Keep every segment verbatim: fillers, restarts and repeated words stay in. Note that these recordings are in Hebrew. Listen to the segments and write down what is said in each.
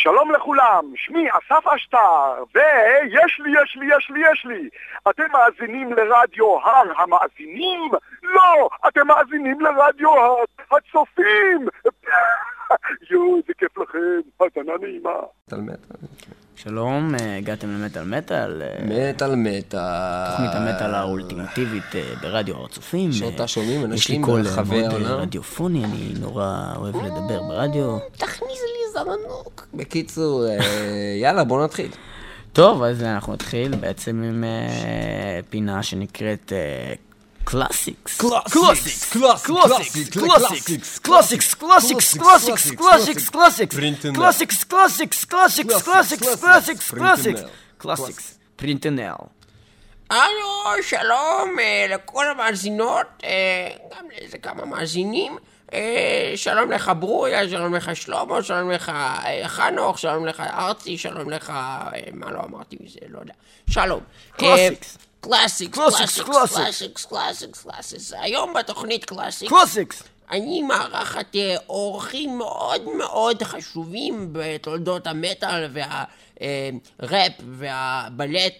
שלום לכולם, שמי אסף אשטר, ויש לי, יש לי, יש לי, יש לי. אתם מאזינים לרדיו הר המאזינים? לא, אתם מאזינים לרדיו הצופים. יו, זה כיף לכם, התנה נעימה. מטל מטל. שלום, הגעתם למטל מטל. מטל מטל. תוכנית המטל האולטימטיבית ברדיו הר הצופים. שאותה שומעים אנשים ברחבי העולם. יש לי קול מאוד רדיופוני, אני נורא אוהב לדבר ברדיו. תכניס לי זרנוק. בקיצור, יאללה, בוא נתחיל. טוב, אז אנחנו נתחיל בעצם עם פינה שנקראת Classics. Classics. Classics. Classics. Classics. Classics. Classics. Classics. Classics. Classics. Classics. Classics. Classics. Classics. Classics. Classics. פרינטנל. הלו, שלום לכל המאזינות, גם לאיזה כמה מאזינים. שלום לך ברוריה, שלום לך שלמה, שלום לך חנוך, שלום לך ארצי, שלום לך, מה לא אמרתי מזה, לא יודע. שלום. Classics. קלאסיקס, קלאסיקס, קלאסיקס, קלאסיקס, קלאסיקס. היום בתוכנית קלאסיקס. קלאסיקס. אני מארחת אורחים מאוד מאוד חשובים בתולדות המטל והראפ והבלט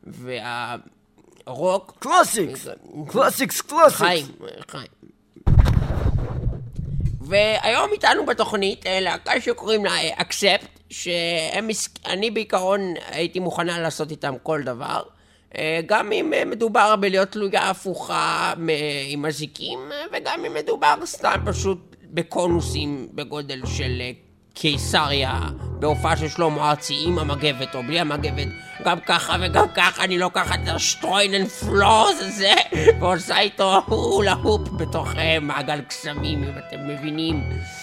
והרוק. קלאסיקס. קלאסיקס, קלאסיקס. חיים, חיים. והיום איתנו בתוכנית להקה שקוראים לה אקספט, שאני בעיקרון הייתי מוכנה לעשות איתם כל דבר. גם אם מדובר בלהיות תלויה הפוכה עם מזיקים, וגם אם מדובר סתם פשוט בקונוסים בגודל של קיסריה, בהופעה של שלמה ארצי עם המגבת או בלי המגבת, גם ככה וגם ככה אני לוקחת את השטרוינן פלוז הזה, ועושה איתו הולה הופ בתוך מעגל קסמים, אם אתם מבינים.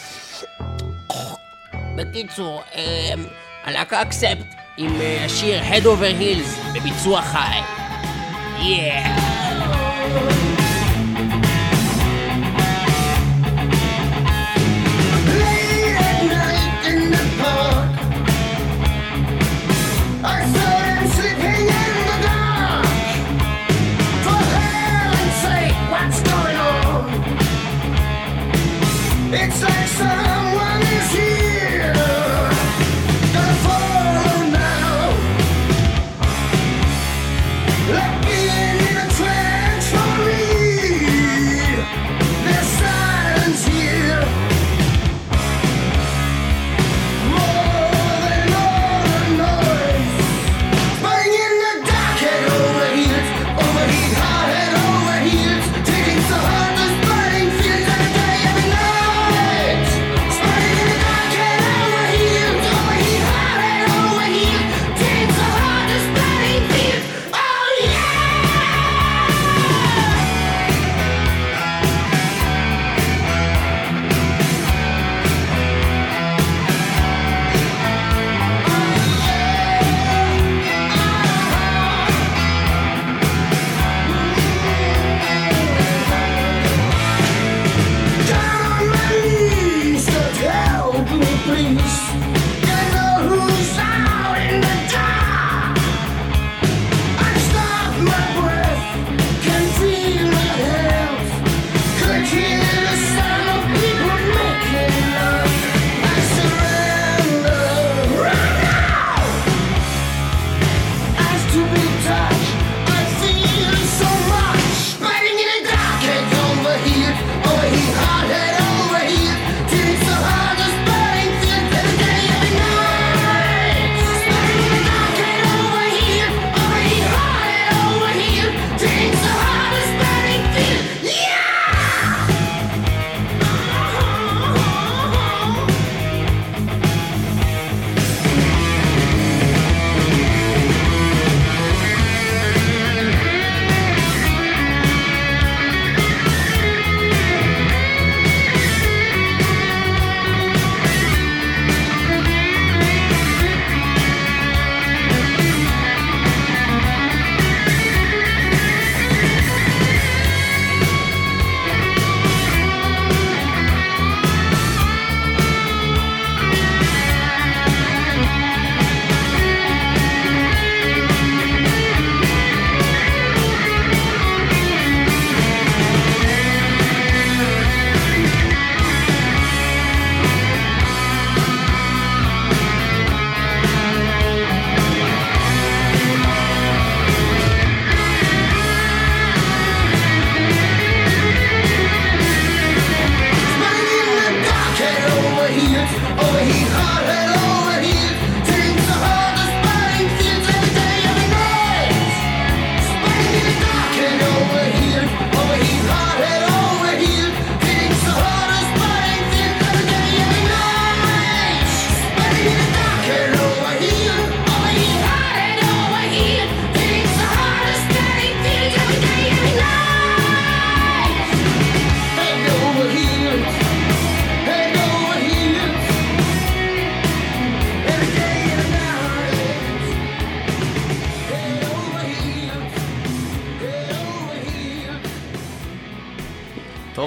בקיצור, הלהקה אקספט, עם השיר Head Over Heels בביצוע חי. Yeah! It's like someone is here, gonna follow now, like being in a trance for me.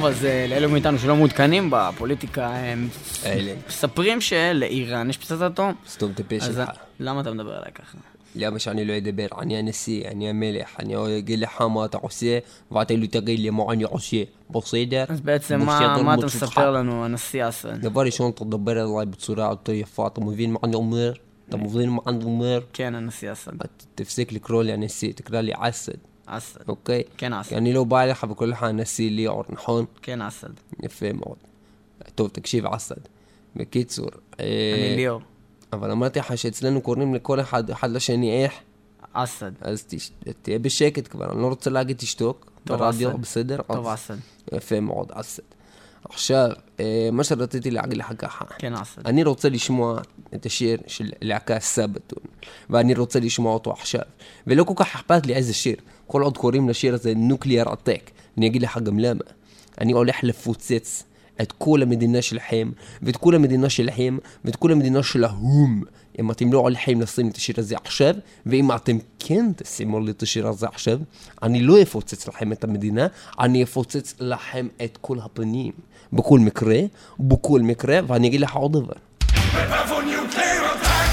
טוב, אז אה, לאלו מאיתנו שלא מעודכנים בפוליטיקה, הם אלה. מספרים שלאיראן יש פצצת אטום. סתום את הפה אז שלך. למה אתה מדבר עליי ככה? למה שאני לא אדבר? אני הנשיא, אני המלך, אני אגיד לך מה אתה עושה, ואתה לא תגיד לי מה אני עושה. בסדר? אז בעצם מה בסדר, מה אתה ברשותך. מספר לנו, הנשיא אסד? דבר ראשון, תדבר אליי בצורה יותר יפה, אתה מבין מה אני אומר? אתה מבין מה אני אומר? כן, הנשיא אסד. תפסיק לקרוא לי הנשיא, תקרא לי אסד, אסד. אוקיי? כן, כי אסד. אני לא בא אליך וקורא לך הנשיא ליאור, נכון? כן, אסד. יפה מאוד. טוב, תקשיב, אסד. בקיצור, אה, אני ליאור. אבל אמרתי לך שאצלנו קוראים לכל אחד, אחד לשני איך, אסד. אז תש- תהיה בשקט כבר, אני לא רוצה להגיד תשתוק, טוב, ברדיו, אסד. בסדר? טוב, אז- אסד. יפה מאוד, אסד. עכשיו, אה, מה שרציתי להגיד לך ככה, כן, אסד. אני רוצה לשמוע את השיר של להקה סבתון, ואני רוצה לשמוע אותו עכשיו, ולא כל כך אכפת לי איזה שיר, כל עוד קוראים לשיר הזה נוקליאר עתק, אני אגיד לך גם למה, אני הולך לפוצץ את כל המדינה שלכם, ואת כל המדינה שלכם, ואת כל המדינה שלהם, אם אתם לא הולכים לשים את השיר הזה עכשיו, ואם אתם כן תשימו לי את השיר הזה עכשיו, אני לא אפוצץ לכם את המדינה, אני אפוצץ לכם את כל הפנים, בכל מקרה, בכל מקרה, ואני אגיד לך עוד דבר. Prepare for nuclear attack!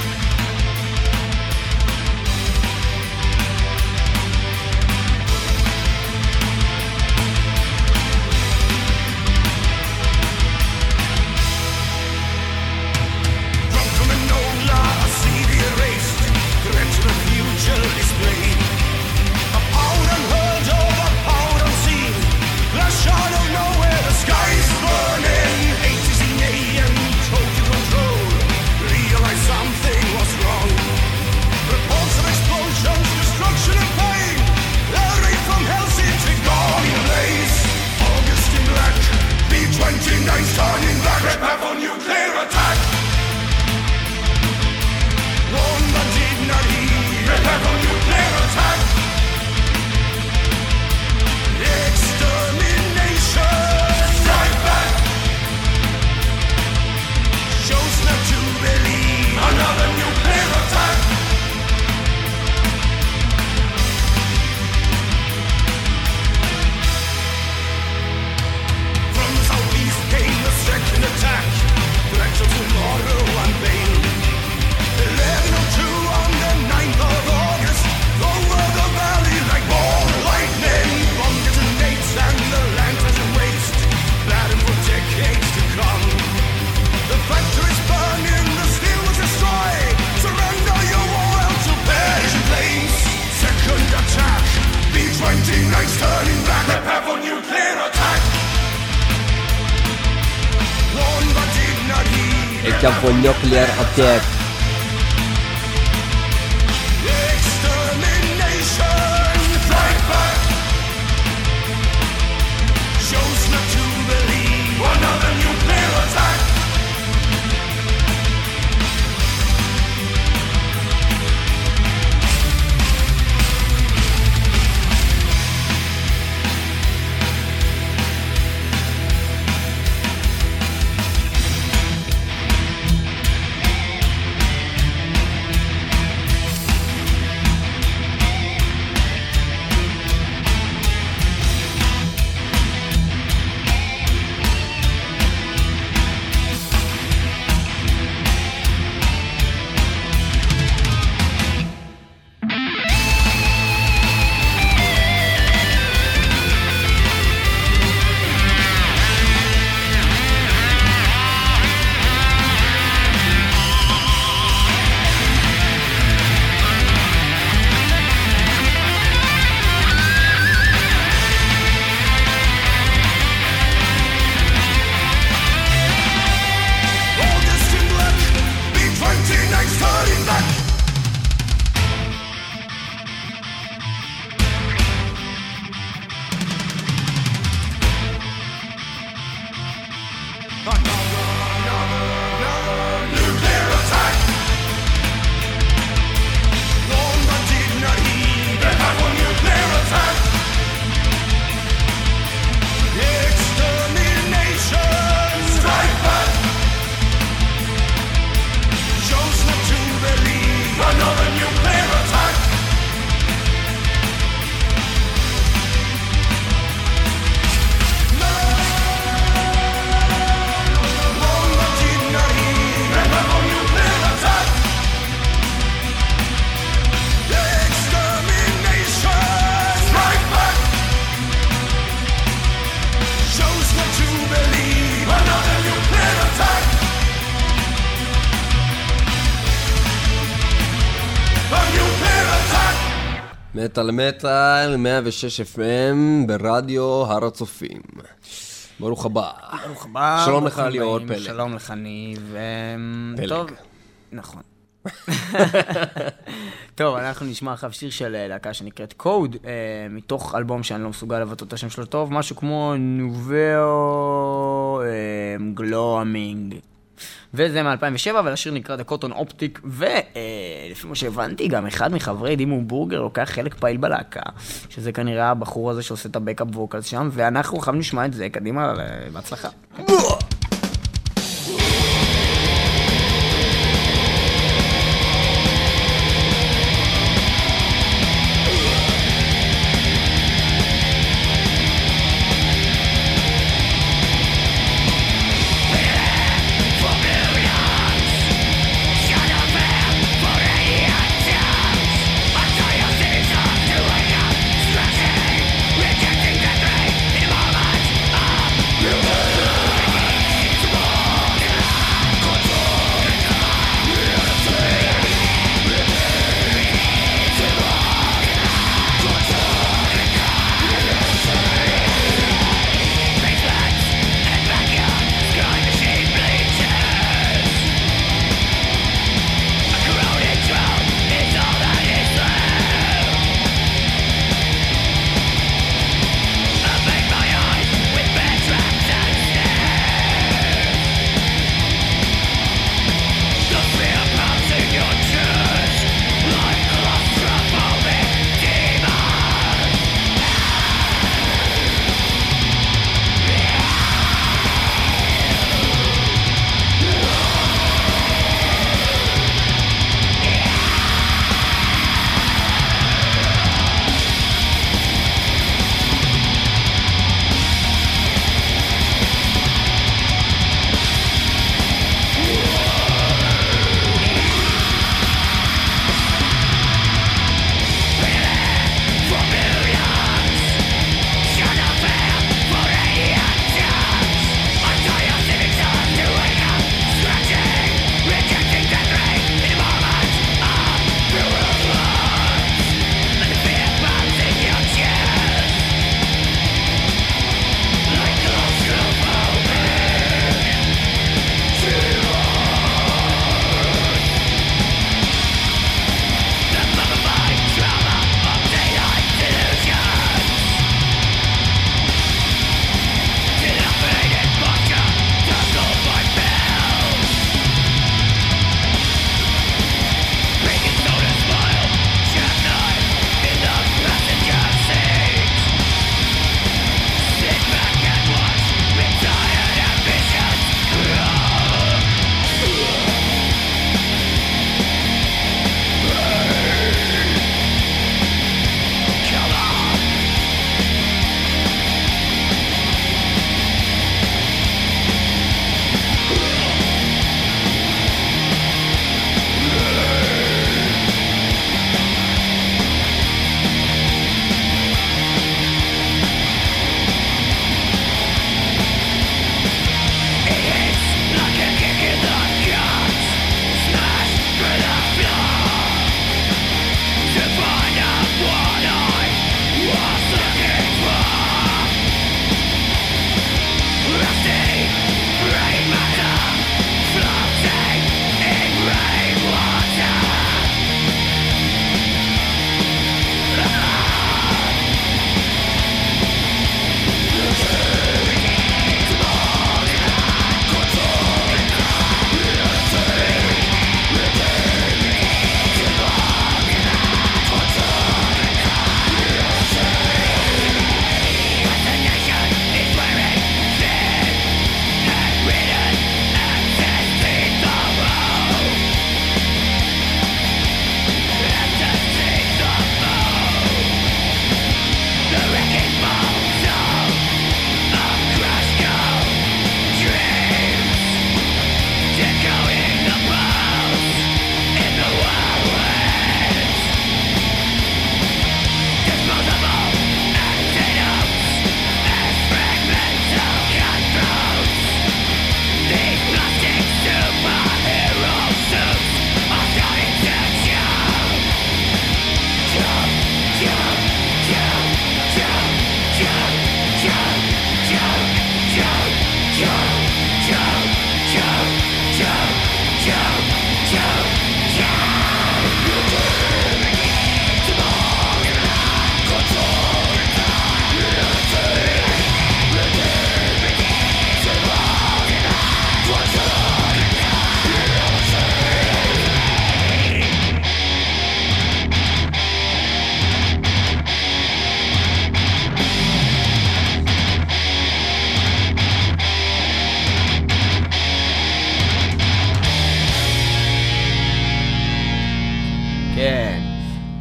From Cominola, I see the erased, threat to the future displayed. A power unheard of, a power unseen, flash out of nowhere, the sky is burning. Hate is in A M, total control. Realize something was wrong. Reports of explosions, destruction and pain. Airing from Helsinki, gone in a blaze. August in black, B twenty-nine turning back. Prepare for nuclear attack. One that did not heed. Prepare for nuclear attack. Extermination. Strike back. Shows not to believe. Another nuclear attack. From the southeast came the second attack. Threat of tomorrow unveiled. eleven oh two on the ninth of August. Over the valley like ball of lightning. Bomb detonates and the land turns to waste. Flattened for decades to come. The factories burning, the steel was destroyed. Surrender your oil to perish in flames. Second attack. B twenty-nine's turning back. Prepare for nuclear attack. One but did not heed. It's for nuclear attack. Extermination. Strike back. Shows not to believe. Another nuclear attack. מטל מטל, מאה ושש אף אם ברדיו הר הצופים. ברוך הבא. ברוך הבא. שלום לך ליאור פלג. שלום לך ניב. פלג. טוב, נכון. טוב, אנחנו נשמע עכשיו שיר של להקה שנקראת קוד, מתוך אלבום שאני לא מסוגל לבטא את השם שלו טוב, משהו כמו נובאו גלואמינג. וזה מ-אלפיים ושבע, ולשיר נקרא The Cotton Optic, ולפי מה שהבנתי, גם אחד מחברי דימו בורגר לוקח חלק פעיל בלהקה, שזה כנראה הבחור הזה שעושה את הבקאפ ווקלס שם, ואנחנו חייבים נשמע את זה, קדימה, בהצלחה. Rejecting the three in a moment of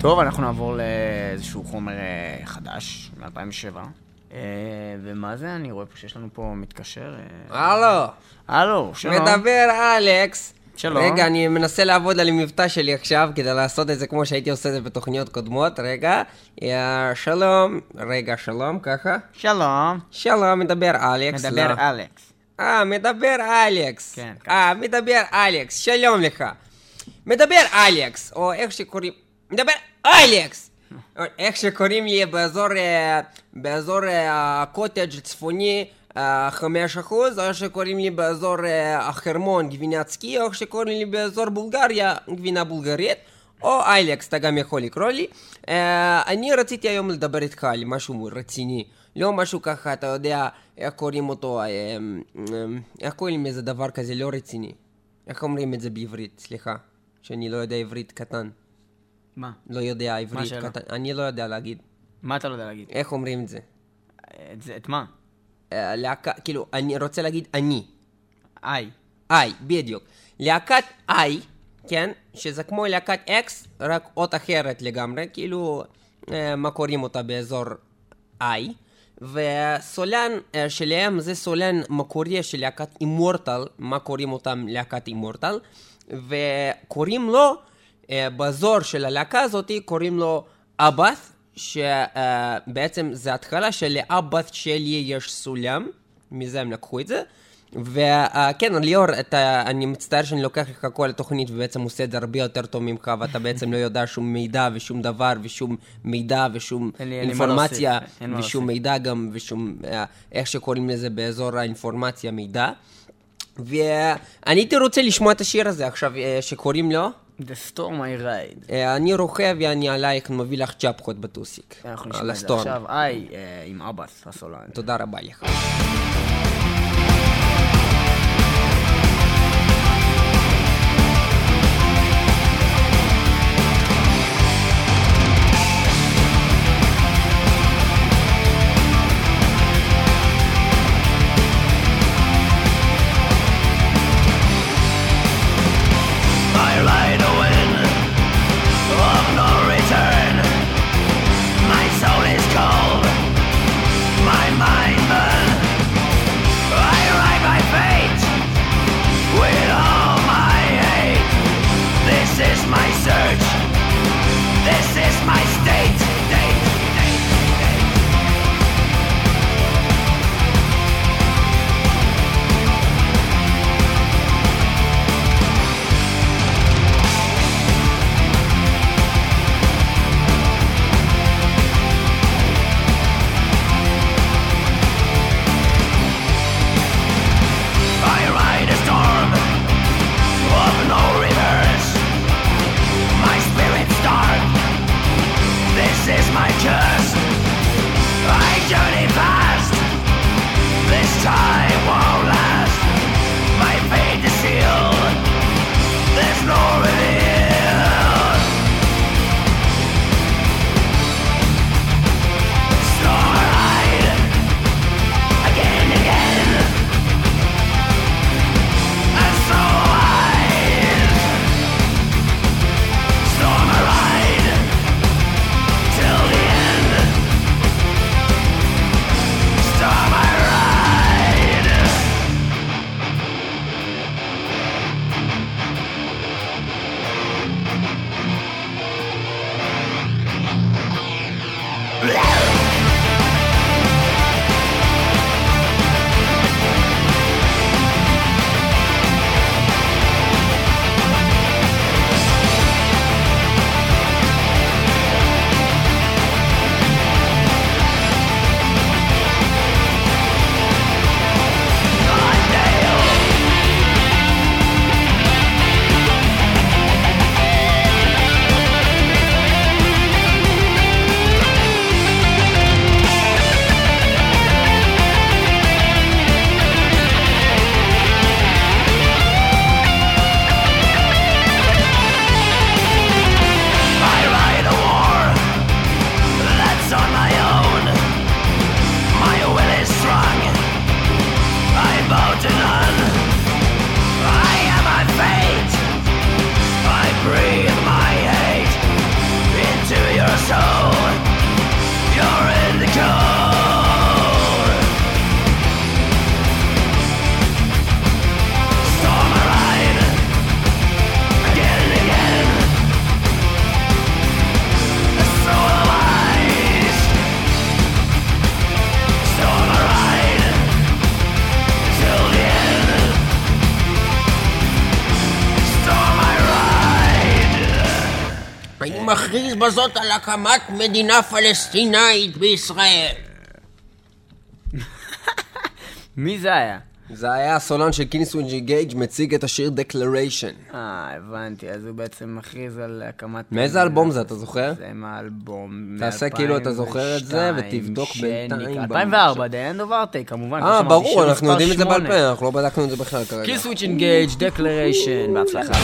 טוב, אנחנו נעבור לאיזשהו חומר אה, חדש, מ-אלפיים ושבע. אה, ומה זה? אני רואה פה שיש לנו פה מתקשר. אה... הלו, הלו, שלום. מדבר אלכס. שלום. רגע, אני מנסה לעבוד על המבטא שלי עכשיו, כדי לעשות את זה כמו שהייתי עושה את זה בתוכניות קודמות. רגע, אה, שלום, רגע, שלום, ככה. שלום. שלום, מדבר אלכס. מדבר לא. אלכס. אה, מדבר אלכס. כן, אה, מדבר אלכס, שלום לך. מדבר אלכס, או איך שקוראים... מדבר אלכס! איך שקוראים לי באזור, אה, באזור אה, הקוטג' צפוני אה, חמש אחוז, או איך שקוראים לי באזור אה, החרמון גבינת או איך שקוראים לי באזור בולגריה גבינה בולגרית, או אלכס, אתה גם יכול לקרוא לי. אה, אני רציתי היום לדבר איתך על משהו רציני, לא משהו ככה, אתה יודע, איך קוראים אותו, אה, אה, איך קוראים איזה דבר כזה לא רציני. איך אומרים את זה בעברית, סליחה, שאני לא יודע עברית קטן. מה? לא יודע עברית השאלה? קטן, אני לא יודע להגיד. מה אתה לא יודע להגיד? איך אומרים את זה? את זה- את מה? אה, להקה, כאילו, אני רוצה להגיד אני. איי. איי, בדיוק. להקת איי, כן? שזה כמו להקת אקס, רק אות אחרת לגמרי, כאילו, אה, מה קוראים אותה באזור איי. וסולן אה, שלהם זה סולן מקורי של להקת אימורטל, מה קוראים אותם להקת אימורטל, וקוראים לו, אה, באזור של הלהקה הזאת, קוראים לו אבת', שבעצם זה התחלה שלאבת' שלי יש סולם, מזה הם לקחו את זה. וכן, ליאור, אתה, אני מצטער שאני לוקח לך כל התוכנית ובעצם עושה את זה הרבה יותר טוב ממך, ואתה בעצם לא יודע שום מידע ושום דבר ושום מידע ושום אין לי- אין לי מה אינפורמציה להוסיף, אין מה ושום להוסיף. מידע גם ושום, אה, איך שקוראים לזה באזור האינפורמציה, מידע. ואני הייתי רוצה לשמוע את השיר הזה עכשיו, אה, שקוראים לו, The Storm I Ride. אה, אני רוכב ואני עלייך מביא לך צ'פחות בטוסיק. אנחנו על נשמע את זה הסטורם. עכשיו. איי, אה, עם אבאס, הסולן. תודה רבה לך. I ride a wind of no return. My soul is cold, my mind burn. אני מכריז בזאת על הקמת מדינה פלסטינאית בישראל. מי זה היה? זה היה הסולן של קינסווינג' גייג' מציג את השיר Declaration. אה, הבנתי, אז הוא בעצם מכריז על הקמת... מאיזה אלבום זה, אתה זוכר? זה מהאלבום... תעשה כאילו אתה זוכר את זה ותבדוק בינתיים. אלפיים וארבע, The End of Our Take, כמובן. אה, ברור, אנחנו יודעים את זה בעל פה, אנחנו לא בדקנו את זה בכלל כרגע. Killswitch Engage, Declaration, בהצלחה.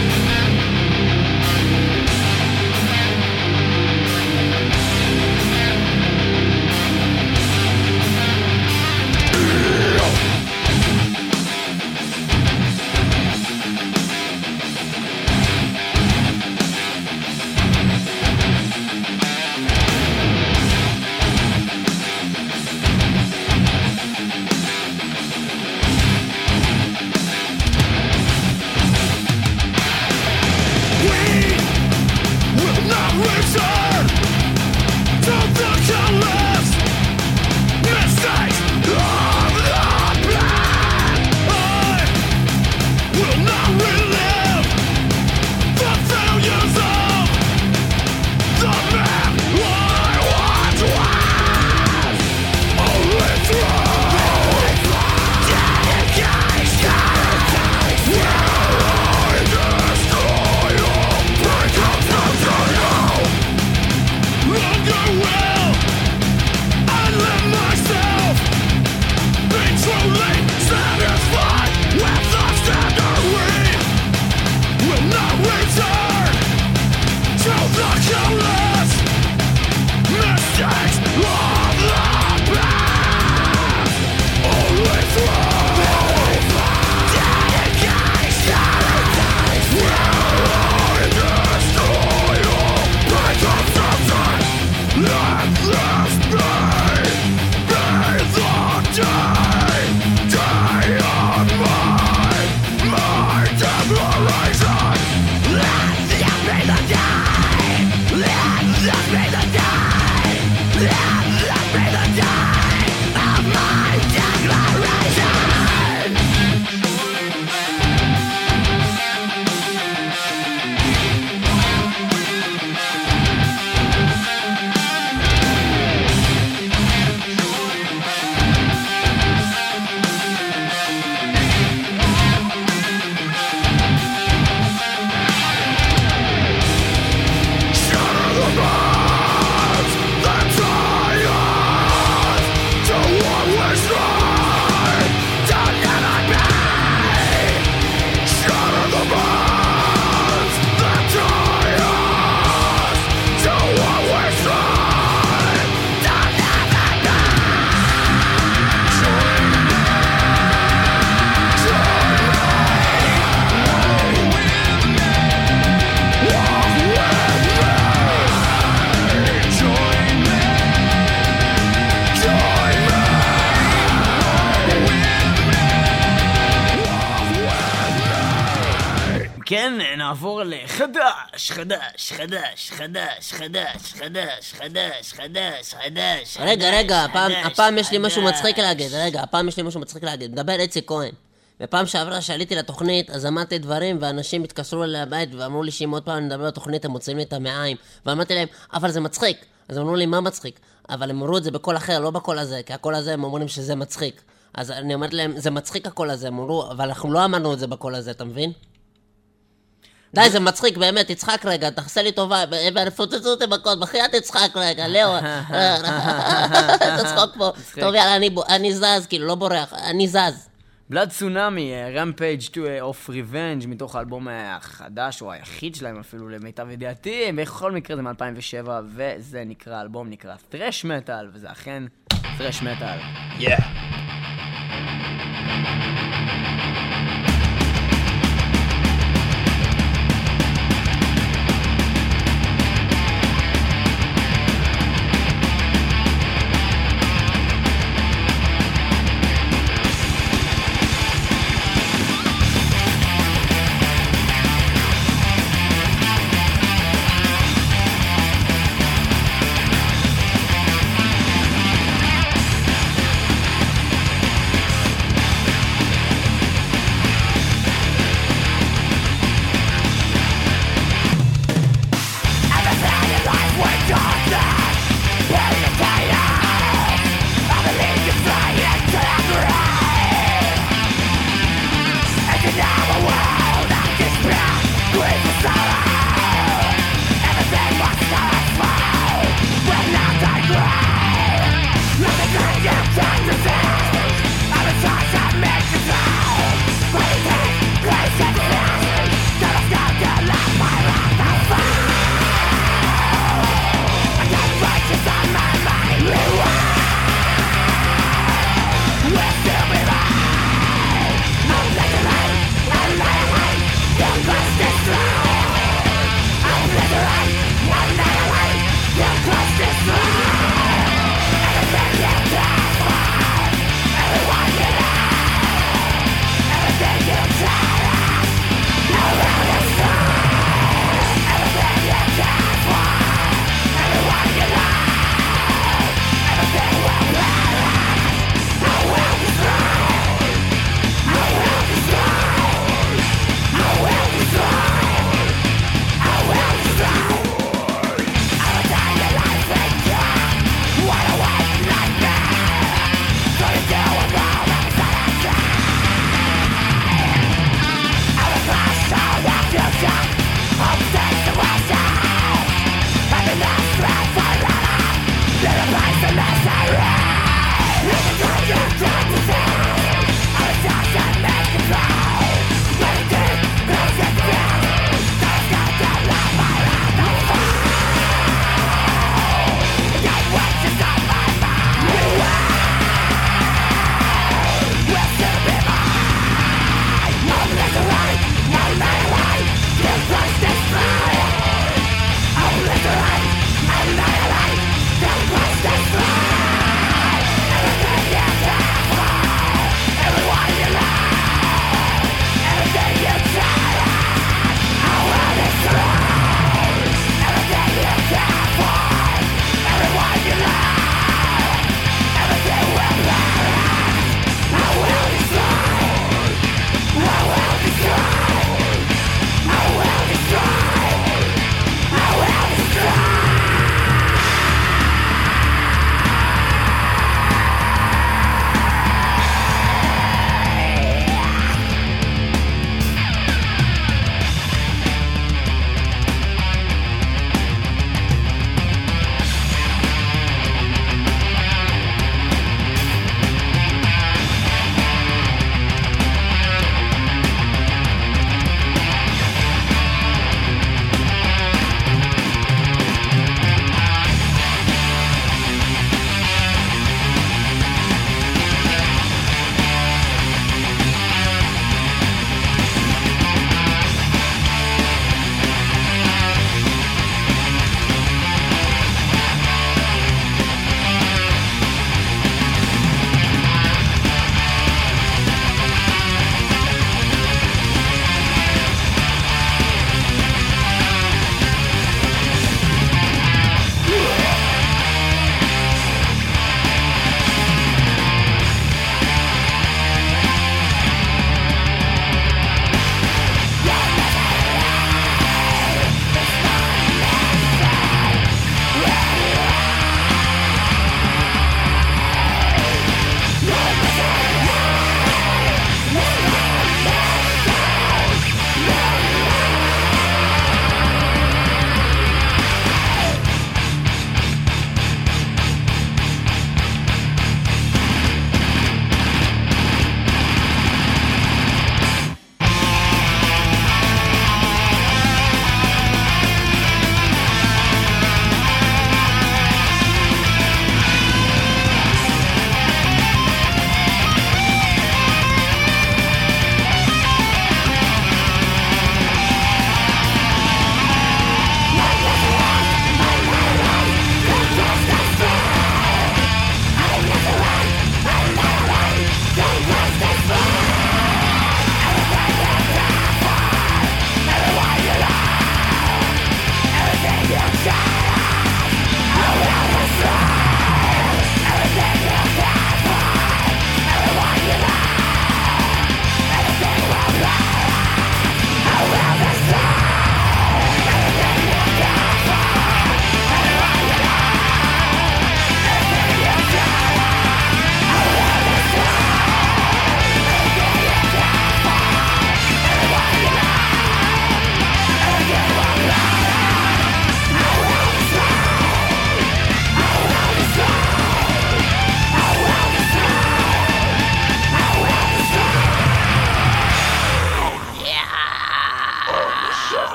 נעבור לחדש, חדש, חדש, חדש, חדש, חדש, חדש, חדש, חדש. רגע, רגע, הפעם יש לי משהו מצחיק להגיד, רגע, הפעם יש לי משהו מצחיק להגיד. מדבר איציק כהן. בפעם שעברה שעליתי לתוכנית, אז אמרתי דברים, ואנשים התקשרו אליי הבית ואמרו לי שאם עוד פעם נדבר לתוכנית, הם מוצאים לי את המעיים. ואמרתי להם, אבל זה מצחיק. אז אמרו לי, מה מצחיק? אבל הם אמרו את זה בקול אחר, לא בקול הזה, כי הקול הזה הם אומרים שזה מצחיק. אז אני אמרתי להם, זה מצחיק הקול הזה, הם אמרו, אבל אנחנו לא אמרנו את זה בקול הזה, אתה מבין? די, זה מצחיק, באמת, תצחק רגע, תעשה לי טובה, פוצצו אותי בקוד, בחייאת תצחק רגע, לאו, תצחוק פה, טוב יאללה, אני זז, כאילו, לא בורח, אני זז. בלאד צונאמי, Rampage of Revenge, מתוך האלבום החדש, או היחיד שלהם אפילו למיטב ידיעתי, בכל מקרה זה מ-אלפיים ושבע, וזה נקרא, האלבום נקרא Thrash Metal, וזה אכן Thrash Metal. Yeah.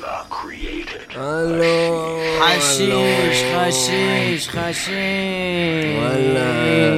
הלו, חשיש, חשיש, חשיש. וואלה,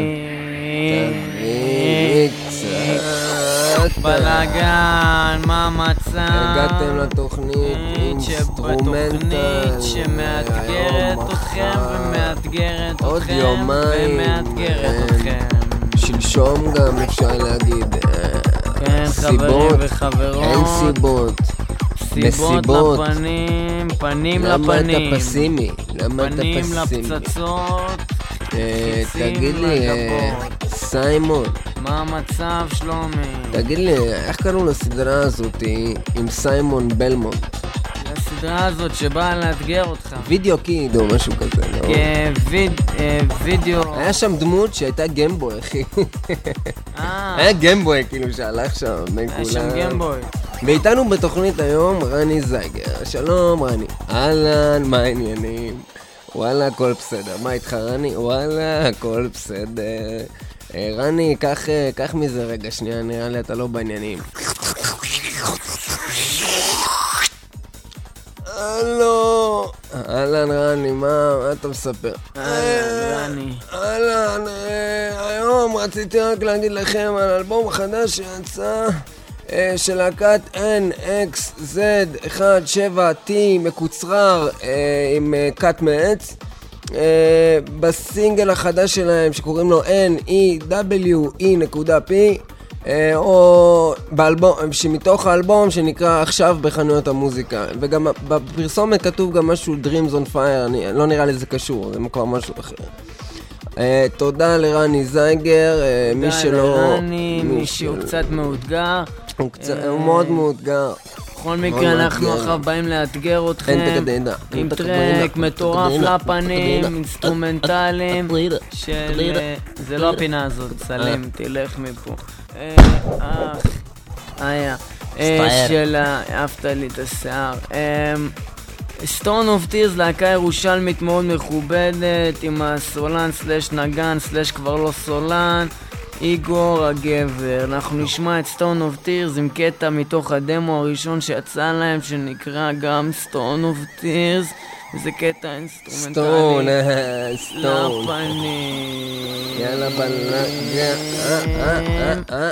תביא קצת. בלגן, מה מצב? הגעתם לתוכנית אינסטרומנטל. שבתוכנית שמאתגרת אתכם ומאתגרת עוד אתכם יומיים. ומאתגרת אתכם. שלשום גם אפשר להגיד. כן, חברים סיבות, וחברות. אין סיבות. סיבות מסיבות. לפנים, פנים למה לפנים. אתה פסימי? למה אתה פנים פסימי? לפצצות. אה, חיצים תגיד לי, אה, לגבות. סיימון, מה המצב, שלומי? תגיד לי, איך קראו לסדרה הזאת עם סיימון בלמונט? הסדרה הזאת שבאה לאתגר אותך. וידאו קיד או משהו כזה, לא? כן, ויד- אה, וידאו. היה שם דמות שהייתה גמבוי, אחי. אה, היה גמבוי, כאילו, שהלך שם בין היה כולם. שם גמבוי. ואיתנו בתוכנית היום רני זייגר. שלום רני. אהלן, מה העניינים? וואלה, הכל בסדר. מה איתך רני? וואלה, הכל בסדר. אה, רני, קח, אה, קח מזה רגע שנייה, נראה לי אתה לא בעניינים. הלו. אהלן רני, מה, מה אתה מספר? אהלן, רני. אהלן, אה, היום רציתי רק להגיד לכם על אלבום חדש שיצא אה, של להקת אן אקס זד שבעצם טי מקוצרר אה, עם אה, קאט מעץ. אה, בסינגל החדש שלהם שקוראים לו אן אי דאבליו אי נקודה פי אה, או באלבום, שמתוך האלבום שנקרא עכשיו בחנויות המוזיקה, וגם בפרסומת כתוב גם משהו Dreams on Fire, אני, לא נראה לי זה קשור, זה כבר משהו אחר. Uh, תודה לרני זייגר, uh, מי שלא... תודה לרני, מי שהוא קצת מאותגר. הוא, קצת, הוא מאוד מאותגר. בכל מקרה אנחנו עכשיו באים לאתגר אתכם עם טרק מטורף לפנים, אינסטרומנטליים של... זה לא הפינה הזאת, סלים, תלך מפה. אך, היה. של... אהבת לי את השיער. סטון אוף טירס, להקה ירושלמית מאוד מכובדת, עם הסולן סלש נגן סלש כבר לא סולן, איגור הגבר. אנחנו נשמע את סטון אוף טירס עם קטע מתוך הדמו הראשון שיצא להם, שנקרא גם סטון אוף טירס, וזה קטע אינסטרומנטלי סטון, לפנים. יאללה בלגן. אה אה אה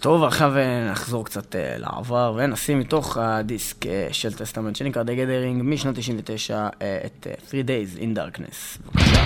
טוב, עכשיו נחזור קצת אה, לעבר, ונשים מתוך הדיסק אה, של טסטמנט שנקרא The Gathering משנות תשעים ותשע אה, את אה, Three Days in Darkness. בבקשה.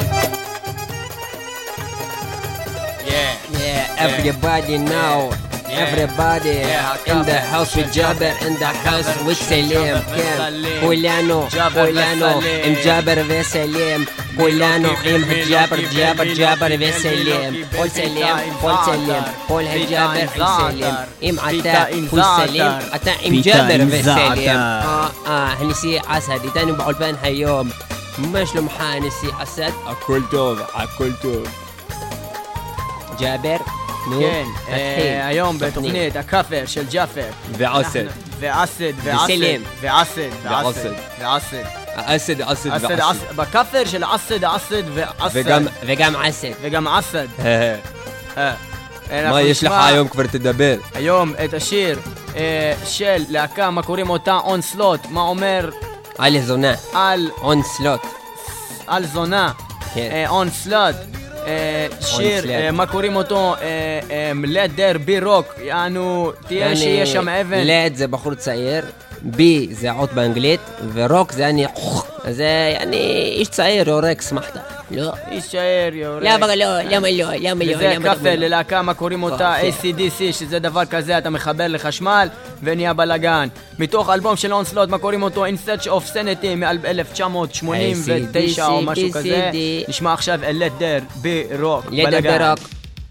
Everybody know everybody in the house with Jaber in the house with Salim כן כולנו כולנו עם ג'אבר וסלים כולנו עם ג'אבר ג'אבר ג'אבר וסלים כל סלים כל סלים כל הג'אבר וסלים אם אתה הוא סלים אתה עם ג'אבר וסלים אה אה הנשיא אסד איתנו באולפן היום מה שלומך הנשיא אסד? הכל טוב, הכל טוב. ג'אבר נו, כן, תתחיל. היום בתוכנית הכאפר של ג'אפר. ועסד. ועסד, ועסד. וסלים. ועסד, ועסד. ועסד. העסד, עסד עסד, ועסד. עסד. בכאפר של עסד, עסד ועסד. וגם, וגם אסד וגם עסד. אה, מה אנחנו יש לך נשמע היום כבר תדבר? היום את השיר אה, של להקה, מה קוראים אותה? און סלוט. מה אומר על זונה על און סלוט על זונה? כן. און סלוט. אה, שיר, סלאט. אה, מה קוראים אותו? לדר בי רוק, יענו, תהיה שיש שם אבן. לד זה בחור צעיר, בי זה אות באנגלית, ורוק זה אני, זה אני איש צעיר יורק, שמחת. לא. איש צעיר יורק. למה לא, למה לא, למה לא, וזה למה כאפר לא. ללהקה, מה קוראים אותה? כאפר. איי סי די סי, שזה דבר כזה, אתה מחבר לחשמל ונהיה בלגן. מתוך אלבום של אונסלוט, מה קוראים אותו? In Search of Sanity מ-אלף תשע מאות שמונים ותשע או משהו כזה. נשמע עכשיו לדר בי רוק. לד ברוק.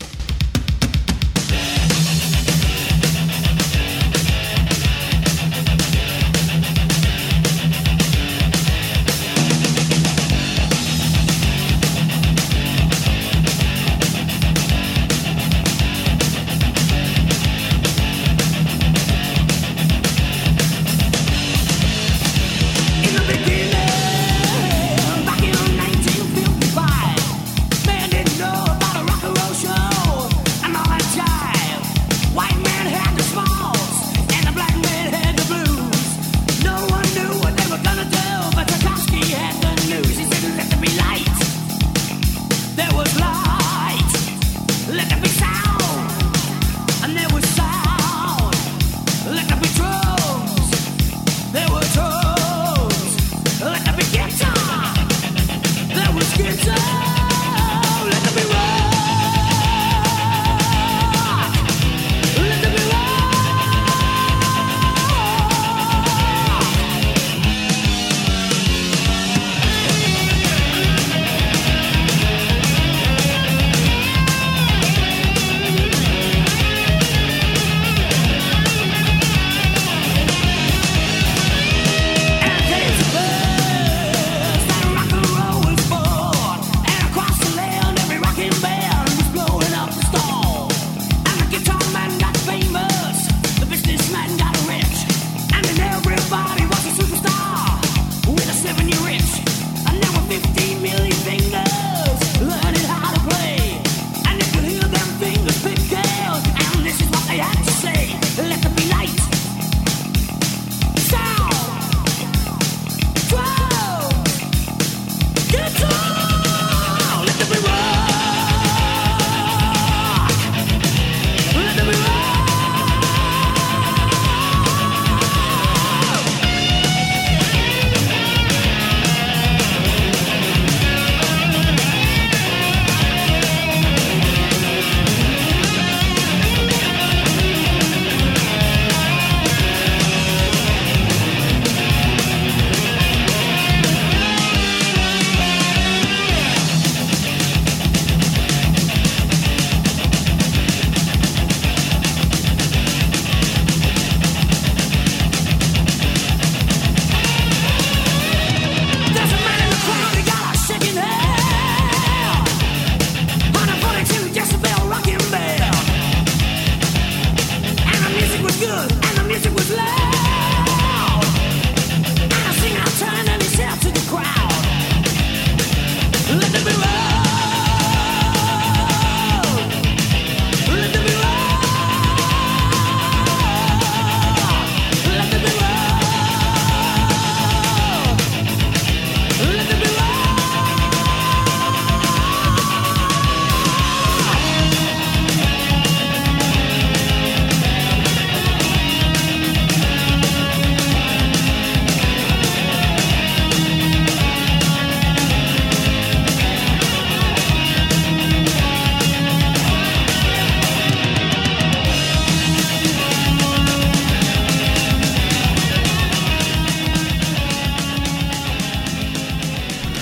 In the beginning, back in nineteen fifty-five, man didn't know about a rock and roll show and all that jive. White man had the smalls and the black man had the blues. No one knew what they were gonna do, but Tchaikovsky had the news. He said, "Let there be light." There was light. Let there be sound, and there was sound. Let there be drums. There were drums. Let there be guitar. There was guitar. Let there be rock. Let there be rock. And there's a buzz that rock and roll was born. And across the land, every rocking band was blowing up the storm. And the guitar man got famous, the businessman got rich, and then everybody was a superstar with a seven-year itch. And there were fifteen million fingers learning how to play, and you could hear them fingers pick out. And this is what they had to say: "Let there be light, sound, drum, guitar. Let there be rock. Let there be rock."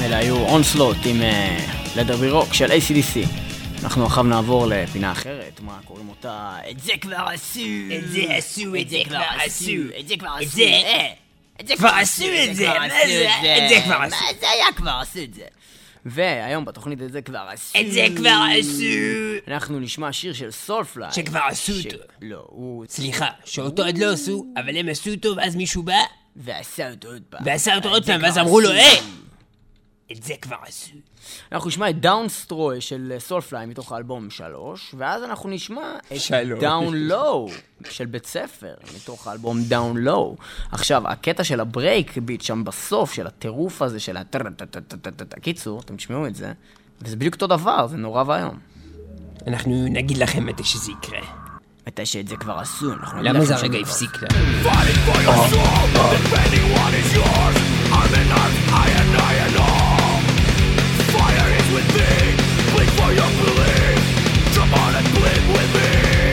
אלה היו אונסלוט עם לדר בירוק של איי סי די סי. אנחנו עכשיו נעבור לפינה אחרת, מה קוראים אותה? את זה כבר עשו! את זה עשו, את זה כבר עשו! את זה כבר עשו! את זה, את זה כבר עשו את זה! מה זה? את זה כבר עשו! מה זה היה כבר עשו את זה? והיום בתוכנית את זה כבר עשו! את זה כבר עשו! אנחנו נשמע שיר של סולפליי. שכבר עשו אותו. לא, הוא... סליחה, שאותו עוד לא עשו, אבל הם עשו אותו ואז מישהו בא ועשה אותו עוד פעם. ועשה אותו את עוד זה פעם, כבר ואז אמרו לו, עשו. היי! את זה כבר עשו. אנחנו נשמע את דאונסטרוי של סולפליי מתוך האלבום שלוש, ואז אנחנו נשמע את שלוש. דאון לואו של בית ספר מתוך האלבום דאון לואו. עכשיו, הקטע של הברייק ביט שם בסוף, של הטירוף הזה, של הטרטטטטטטט, קיצור, אתם תשמעו את זה, וזה בדיוק אותו דבר, זה נורא והיום. אנחנו נגיד לכם מתי שזה יקרה. מתי שאת זה כבר עשו, אנחנו נגיד למה לכם זה שזה הרגע כבר הפסיק לה? Fighting for your soul, defending what is yours. I'm an arm, I and I and all. Fire is with me, bleed for your belief. Jump on and bleed with me.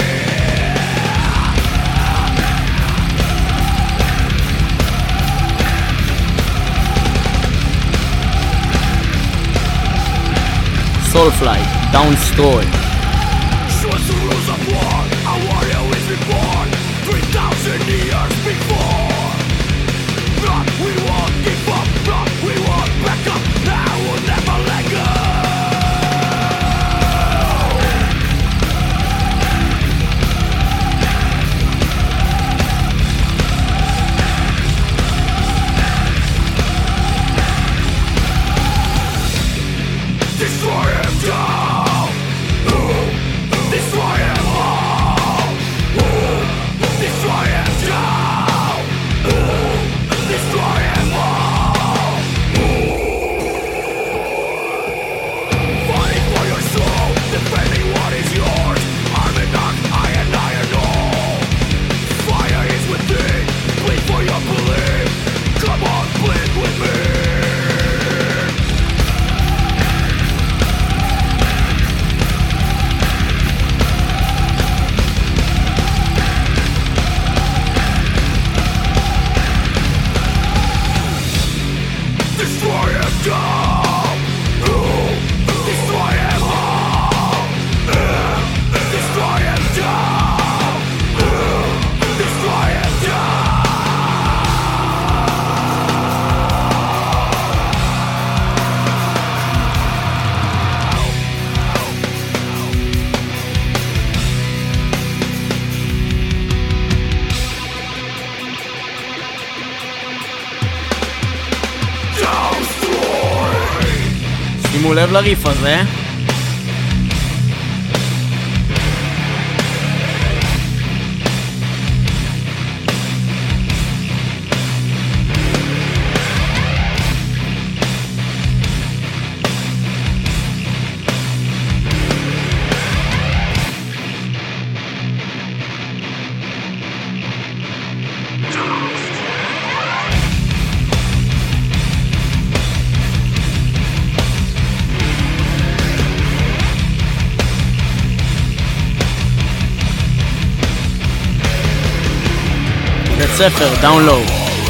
סולפליי, דאונסטרוי. Shows the rules of war, a warrior is reborn. Three thousand years before. Not we won't give up, not we won't back up. Now we'll never let go. Destroy him down. Destroy him all. Destroy him down. Destroy him all. Fighting for your soul, defending what is yours. Arm and arm, eye and eye and all. Fire is within, bleed for your belief. Come on, bleed with me. Destroy him down. Destroy him all. Destroy him down. Destroy him down. שימו לב לריף הזה. בית ספר, דאון לואו.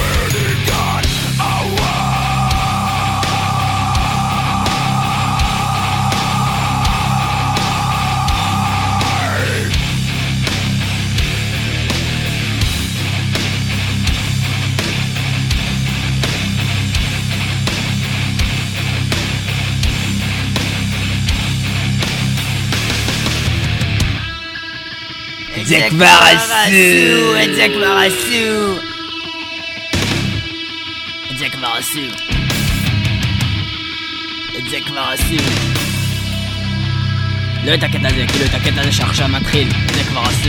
את זה כבר עשו! את זה כבר עשו! את זה כבר עשו. את זה כבר עשו. לא את הקטע הזה, כאילו את הקטע הזה שעכשיו מתחיל. את זה כבר עשו.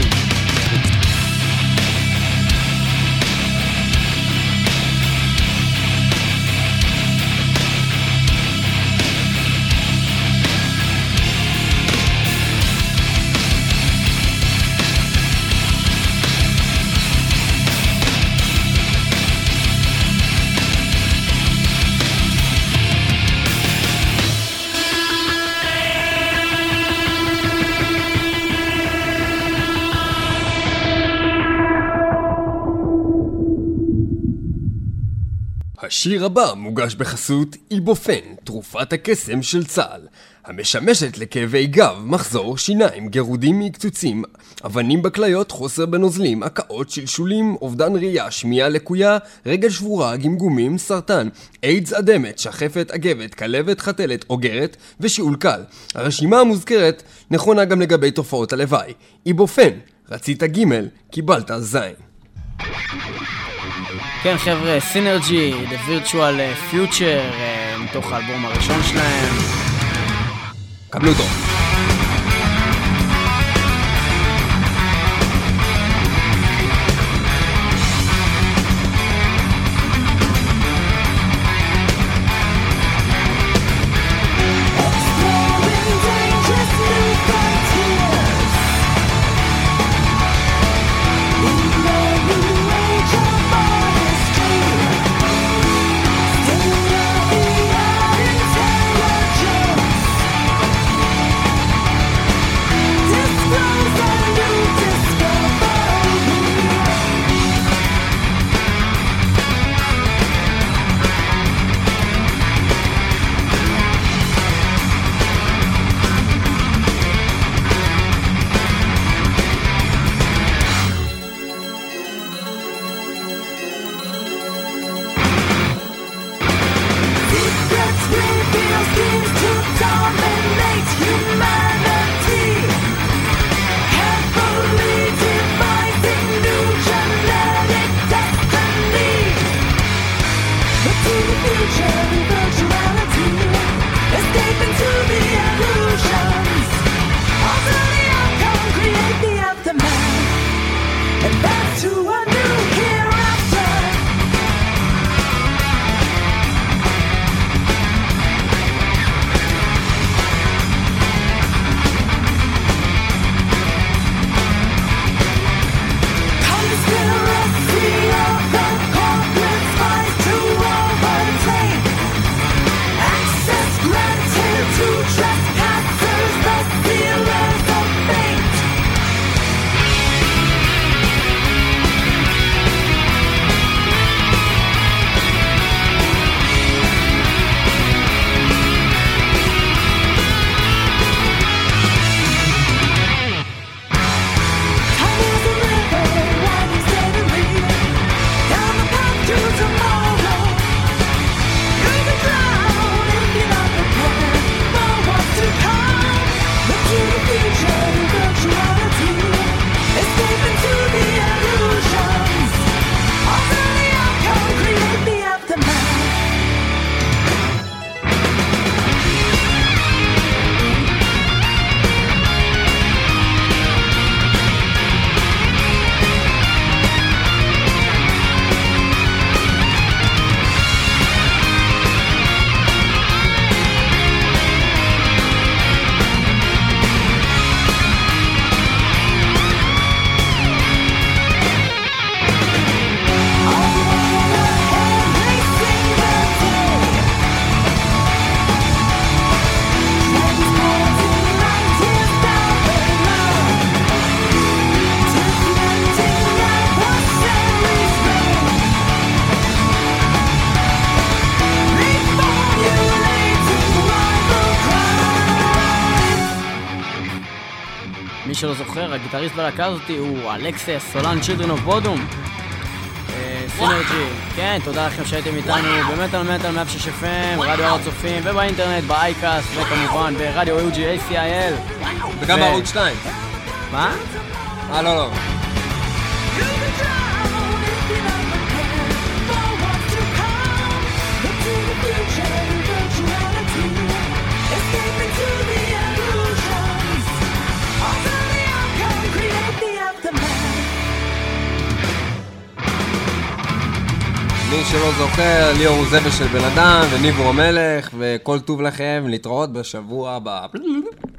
השיר הבא מוגש בחסות איבופן, תרופת הקסם של צה"ל, המשמשת לכאבי גב, מחזור, שיניים, גירודים מקצוצים, אבנים בכליות, חוסר בנוזלים, הקאות, שלשולים, אובדן ראייה, שמיעה לקויה, רגל שבורה, גמגומים, סרטן, איידס אדמת, שחפת, אגבת, כלבת, חתלת, אוגרת ושיעול קל. הרשימה המוזכרת נכונה גם לגבי תופעות הלוואי. איבופן, רצית ג' קיבלת זין. כן חבר'ה, סינרג'י, The Virtual Future, מתוך האלבום הראשון שלהם. קבלו אותו. מי שלא זוכר, הגיטריסט בלהקה הזאתי הוא אלכסס סולן צ'ילדרן אוף בודום. סינרג'י, כן, תודה לכם שהייתם איתנו במטל מטל מאה ושש אף אם, רדיו הר הצופים ובאינטרנט, באייקאסט וכמובן ברדיו יו ג'י איי סי איי אל וגם בערוץ שתיים. מה? אה, לא, לא. מי שלא זוכר, ליאור הוא זבל של בן אדם וניבור המלך, וכל טוב לכם, להתראות בשבוע הבא.